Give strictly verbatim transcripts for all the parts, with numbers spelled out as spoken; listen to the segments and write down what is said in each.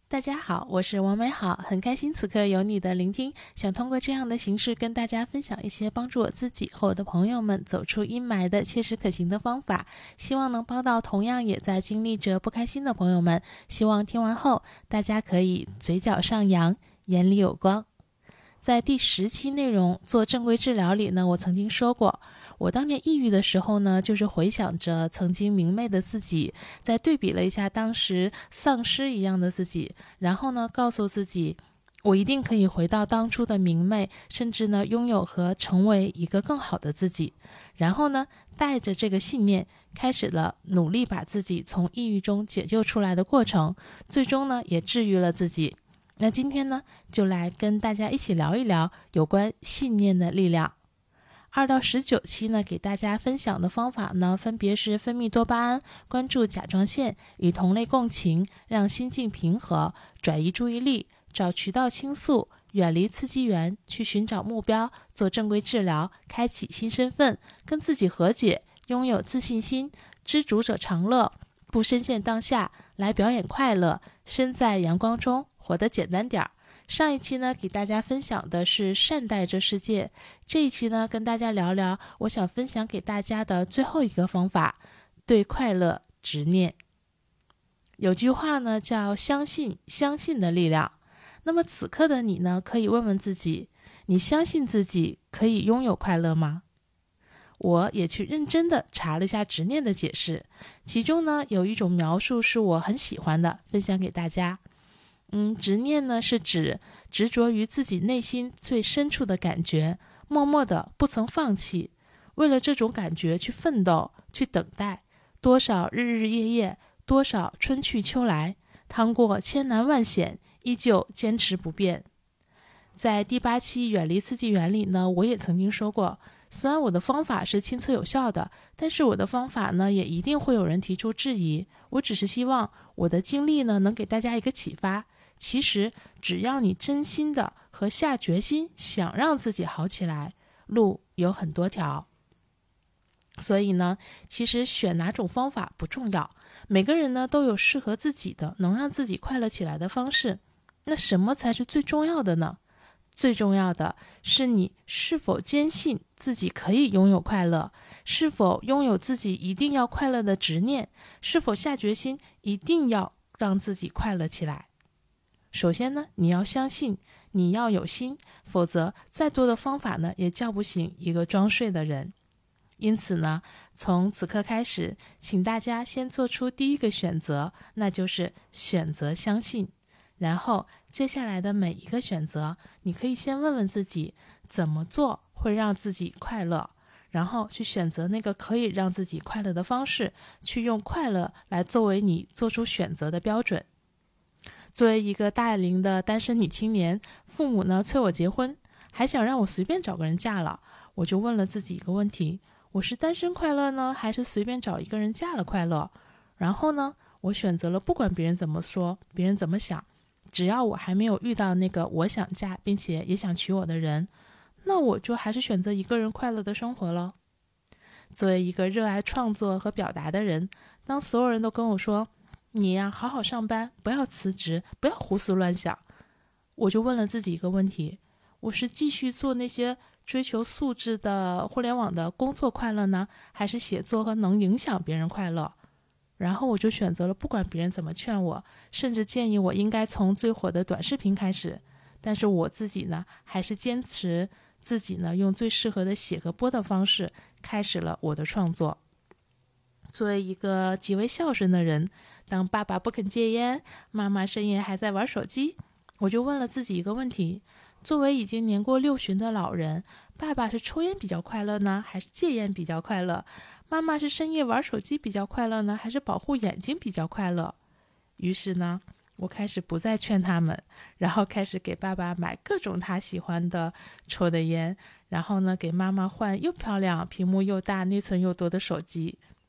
大家好，我是王美好，很开心此刻有你的聆听，想通过这样的形式跟大家分享一些帮助我自己和我的朋友们走出阴霾的切实可行的方法，希望能帮到同样也在经历着不开心的朋友们，希望听完后大家可以嘴角上扬，眼里有光。在第十期内容做正规治疗里呢，我曾经说过，我当年抑郁的时候呢，就是回想着曾经明媚的自己，再对比了一下当时丧尸一样的自己，然后呢，告诉自己，我一定可以回到当初的明媚，甚至呢，拥有和成为一个更好的自己。然后呢，带着这个信念，开始了努力把自己从抑郁中解救出来的过程，最终呢，也治愈了自己。那今天呢，就来跟大家一起聊一聊有关信念的力量。二到十九期呢，给大家分享的方法呢，分别是分泌多巴胺、关注甲状腺、与同类共情、让心境平和、转移注意力、找渠道倾诉、远离刺激源、去寻找目标、做正规治疗、开启新身份、跟自己和解、拥有自信心、知足者常乐、不深陷当下、来表演快乐、身在阳光中、活得简单点儿。上一期呢，给大家分享的是善待这世界，这一期呢，跟大家聊聊我想分享给大家的最后一个方法，对快乐执念。有句话呢叫相信相信的力量，那么此刻的你呢，可以问问自己，你相信自己可以拥有快乐吗？我也去认真的查了一下执念的解释，其中呢有一种描述是我很喜欢的，分享给大家。嗯，执念呢是指执着于自己内心最深处的感觉，默默的不曾放弃，为了这种感觉去奋斗，去等待，多少日日夜夜，多少春去秋来，趟过千难万险，依旧坚持不变。在第八期远离刺激源里呢，我也曾经说过，虽然我的方法是亲测有效的，但是我的方法呢，也一定会有人提出质疑。我只是希望我的经历呢，能给大家一个启发。其实只要你真心的和下决心想让自己好起来，路有很多条。所以呢，其实选哪种方法不重要，每个人呢都有适合自己的能让自己快乐起来的方式。那什么才是最重要的呢？最重要的是你是否坚信自己可以拥有快乐，是否拥有自己一定要快乐的执念，是否下决心一定要让自己快乐起来。首先呢，你要相信，你要有心，否则再多的方法呢，也叫不醒一个装睡的人。因此呢，从此刻开始，请大家先做出第一个选择，那就是选择相信。然后接下来的每一个选择，你可以先问问自己，怎么做会让自己快乐，然后去选择那个可以让自己快乐的方式，去用快乐来作为你做出选择的标准。作为一个大龄的单身女青年，父母呢催我结婚，还想让我随便找个人嫁了，我就问了自己一个问题，我是单身快乐呢，还是随便找一个人嫁了快乐？然后呢，我选择了不管别人怎么说，别人怎么想，只要我还没有遇到那个我想嫁并且也想娶我的人，那我就还是选择一个人快乐的生活了。作为一个热爱创作和表达的人，当所有人都跟我说，你呀，好好上班，不要辞职，不要胡思乱想，我就问了自己一个问题，我是继续做那些追求素质的互联网的工作快乐呢，还是写作和能影响别人快乐？然后我就选择了不管别人怎么劝我，甚至建议我应该从最火的短视频开始，但是我自己呢，还是坚持自己呢，用最适合的写和播的方式开始了我的创作。作为一个极为孝顺的人，当爸爸不肯戒烟，妈妈深夜还在玩手机，我就问了自己一个问题，作为已经年过六旬的老人，爸爸是抽烟比较快乐呢，还是戒烟比较快乐？妈妈是深夜玩手机比较快乐呢，还是保护眼睛比较快乐？于是呢，我开始不再劝他们，然后开始给爸爸买各种他喜欢的抽的烟，然后呢，给妈妈换又漂亮、屏幕又大、内存又多的手机。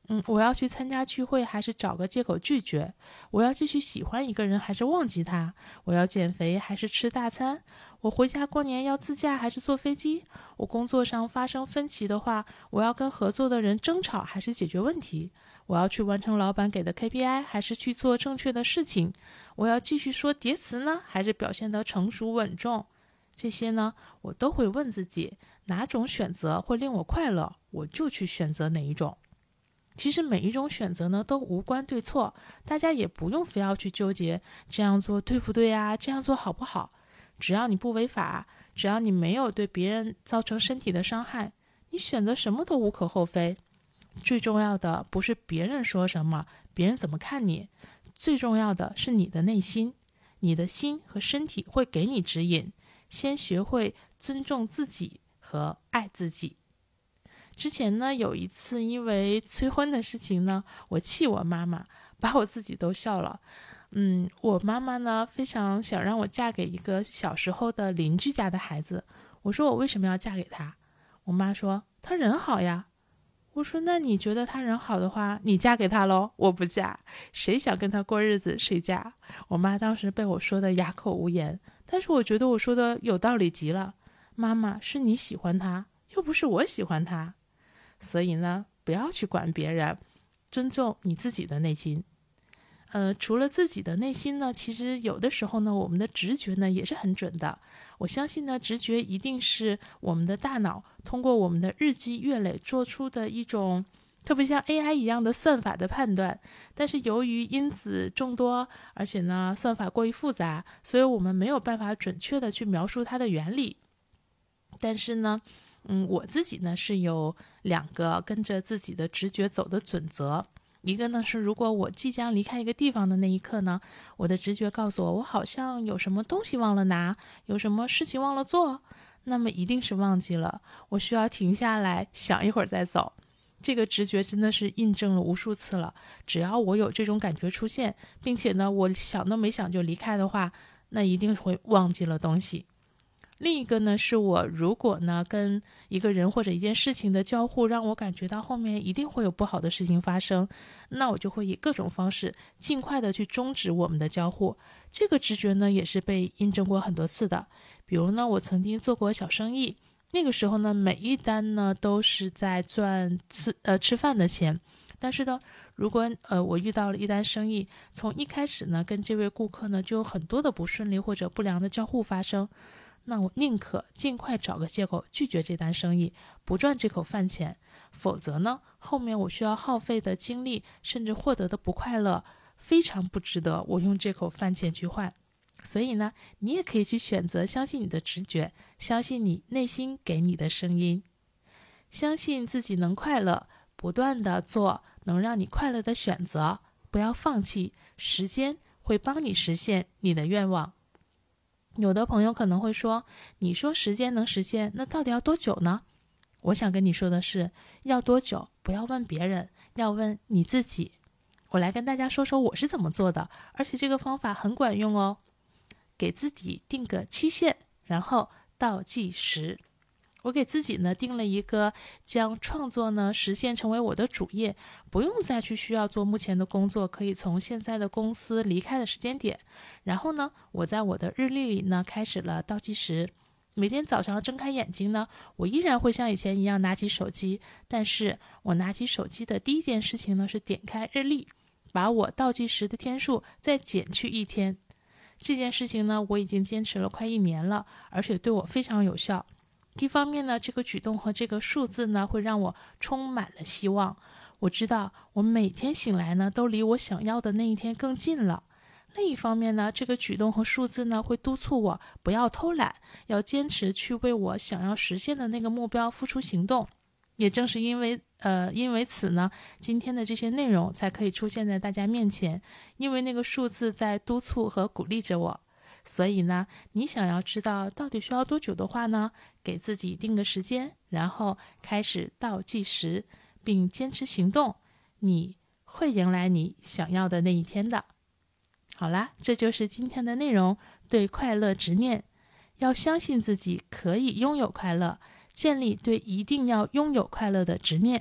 嗯，我要去参加聚会还是找个借口拒绝？我要继续喜欢一个人还是忘记他？我要减肥还是吃大餐？我回家过年要自驾还是坐飞机？我工作上发生分歧的话，我要跟合作的人争吵还是解决问题？我要去完成老板给的 K P I 还是去做正确的事情？我要继续说叠词呢，还是表现得成熟稳重？这些呢，我都会问自己，哪种选择会令我快乐，我就去选择哪一种。其实每一种选择呢都无关对错，大家也不用非要去纠结这样做对不对啊，这样做好不好。只要你不违法，只要你没有对别人造成身体的伤害，你选择什么都无可厚非。最重要的不是别人说什么，别人怎么看你，最重要的是你的内心，你的心和身体会给你指引。先学会尊重自己和爱自己。之前呢，有一次因为催婚的事情呢，我气我妈妈，把我自己都笑了。嗯，我妈妈呢非常想让我嫁给一个小时候的邻居家的孩子。我说我为什么要嫁给他？我妈说他人好呀。我说那你觉得他人好的话，你嫁给他咯？我不嫁，谁想跟他过日子谁嫁。我妈当时被我说的哑口无言，但是我觉得我说的有道理极了。妈妈，是你喜欢他，又不是我喜欢他。所以呢，不要去管别人，尊重你自己的内心。呃，除了自己的内心呢，其实有的时候呢，我们的直觉呢也是很准的。我相信呢，直觉一定是我们的大脑通过我们的日积月累做出的一种特别像 A I 一样的算法的判断。但是由于因子众多，而且呢算法过于复杂，所以我们没有办法准确的去描述它的原理。但是呢，嗯，我自己呢是有两个跟着自己的直觉走的准则。一个呢是，如果我即将离开一个地方的那一刻呢，我的直觉告诉我，我好像有什么东西忘了拿，有什么事情忘了做，那么一定是忘记了，我需要停下来想一会儿再走。这个直觉真的是印证了无数次了，只要我有这种感觉出现，并且呢我想都没想就离开的话，那一定会忘记了东西。另一个呢，是我如果呢跟一个人或者一件事情的交互，让我感觉到后面一定会有不好的事情发生，那我就会以各种方式尽快的去终止我们的交互。这个直觉呢也是被印证过很多次的。比如呢，我曾经做过小生意，那个时候呢每一单呢都是在赚吃呃吃饭的钱，但是呢如果呃我遇到了一单生意，从一开始呢跟这位顾客呢就有很多的不顺利或者不良的交互发生，那我宁可尽快找个借口拒绝这单生意，不赚这口饭钱。否则呢，后面我需要耗费的精力，甚至获得的不快乐，非常不值得我用这口饭钱去换。所以呢，你也可以去选择相信你的直觉，相信你内心给你的声音，相信自己能快乐，不断的做能让你快乐的选择，不要放弃，时间会帮你实现你的愿望。有的朋友可能会说，你说时间能实现，那到底要多久呢？我想跟你说的是，要多久不要问别人，要问你自己。我来跟大家说说我是怎么做的，而且这个方法很管用哦。给自己定个期限，然后倒计时。我给自己呢定了一个将创作呢实现成为我的主业，不用再去需要做目前的工作，可以从现在的公司离开的时间点。然后呢，我在我的日历里呢开始了倒计时。每天早上睁开眼睛呢，我依然会像以前一样拿起手机，但是我拿起手机的第一件事情呢是点开日历，把我倒计时的天数再减去一天。这件事情呢我已经坚持了快一年了，而且对我非常有效。一方面呢，这个举动和这个数字呢会让我充满了希望，我知道我每天醒来呢都离我想要的那一天更近了。另一方面呢，这个举动和数字呢会督促我不要偷懒，要坚持去为我想要实现的那个目标付出行动。也正是因为呃因为此呢，今天的这些内容才可以出现在大家面前，因为那个数字在督促和鼓励着我。所以呢，你想要知道到底需要多久的话呢，给自己定个时间，然后开始倒计时，并坚持行动，你会迎来你想要的那一天的。好啦，这就是今天的内容，对快乐执念。要相信自己可以拥有快乐，建立对一定要拥有快乐的执念，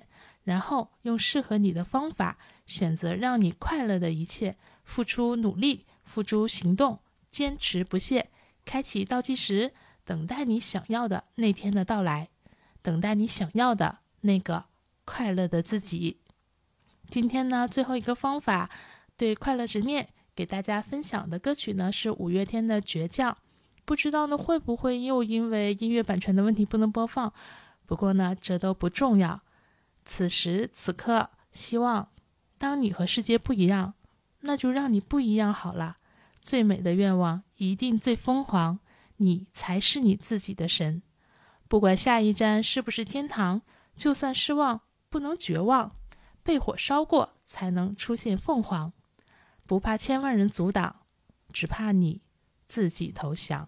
然后用适合你的方法选择让你快乐的一切，付出努力，付诸行动，坚持不懈，开启倒计时，等待你想要的那天的到来，等待你想要的那个快乐的自己。今天呢，最后一个方法对快乐执念给大家分享的歌曲呢是五月天的倔强，不知道呢会不会又因为音乐版权的问题不能播放，不过呢这都不重要。此时此刻，希望当你和世界不一样，那就让你不一样好了。最美的愿望一定最疯狂，你才是你自己的神。不管下一站是不是天堂，就算失望不能绝望，被火烧过才能出现凤凰。不怕千万人阻挡，只怕你自己投降。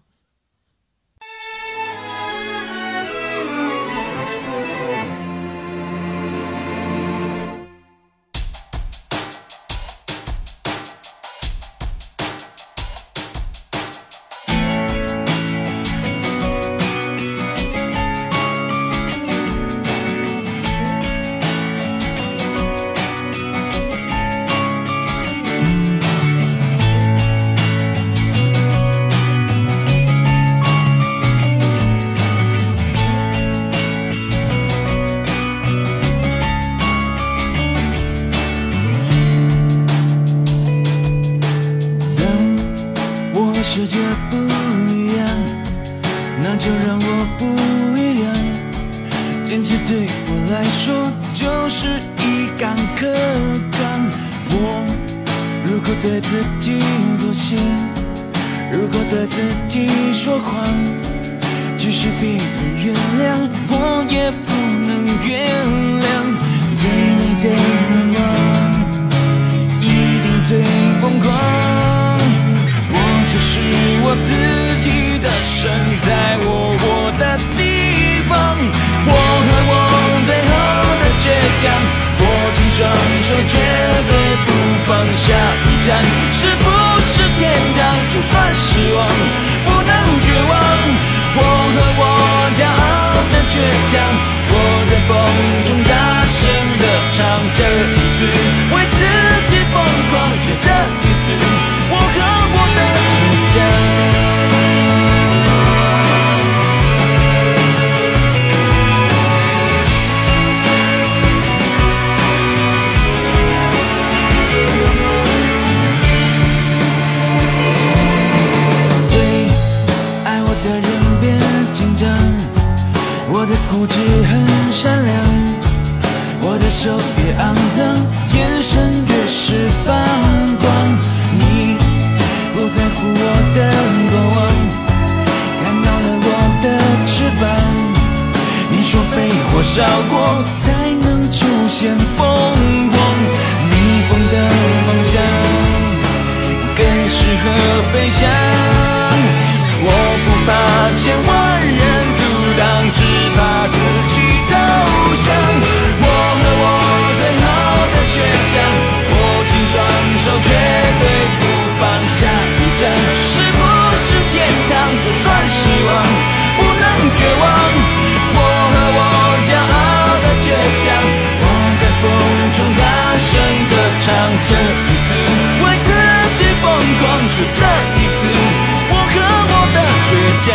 世界不一样，那就让我不一样。坚持对我来说就是一杆刻钢。我如果对自己妥协，如果对自己说谎，即使别人原谅，我也不能原谅。最美的愿望一定最疯狂，是我自己的神，在我活的地方。我和我最后的倔强，握紧双手绝对不放。下一站是不是天堂？就算失望不能绝望。我和我骄傲的倔强，我在风中大声地唱。这一次为自己疯狂，这一次我和我的倔强。最爱我的人别紧张，我的固执很善良，我的手越肮脏，眼神越是放光。你不在乎我的过往，看到了我的翅膀。你说被火烧过才能出现凤凰，逆风的方向更适合飞翔。我不怕千万人阻挡，只怕自己投降。我和我最后的倔强，握紧双手绝对不放。下一站是不是天堂？就算失望不能绝望。我和我骄傲的倔强，我在风中大声地唱。这一次为自己疯狂，就这一次我和我的倔强。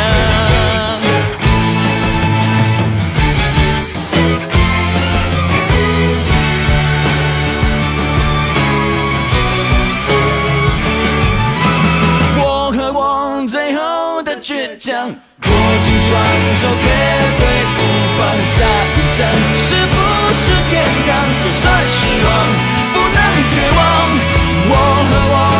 倔强，握紧双手绝对不放。下一站是不是天堂？就算失望不能绝望。我和我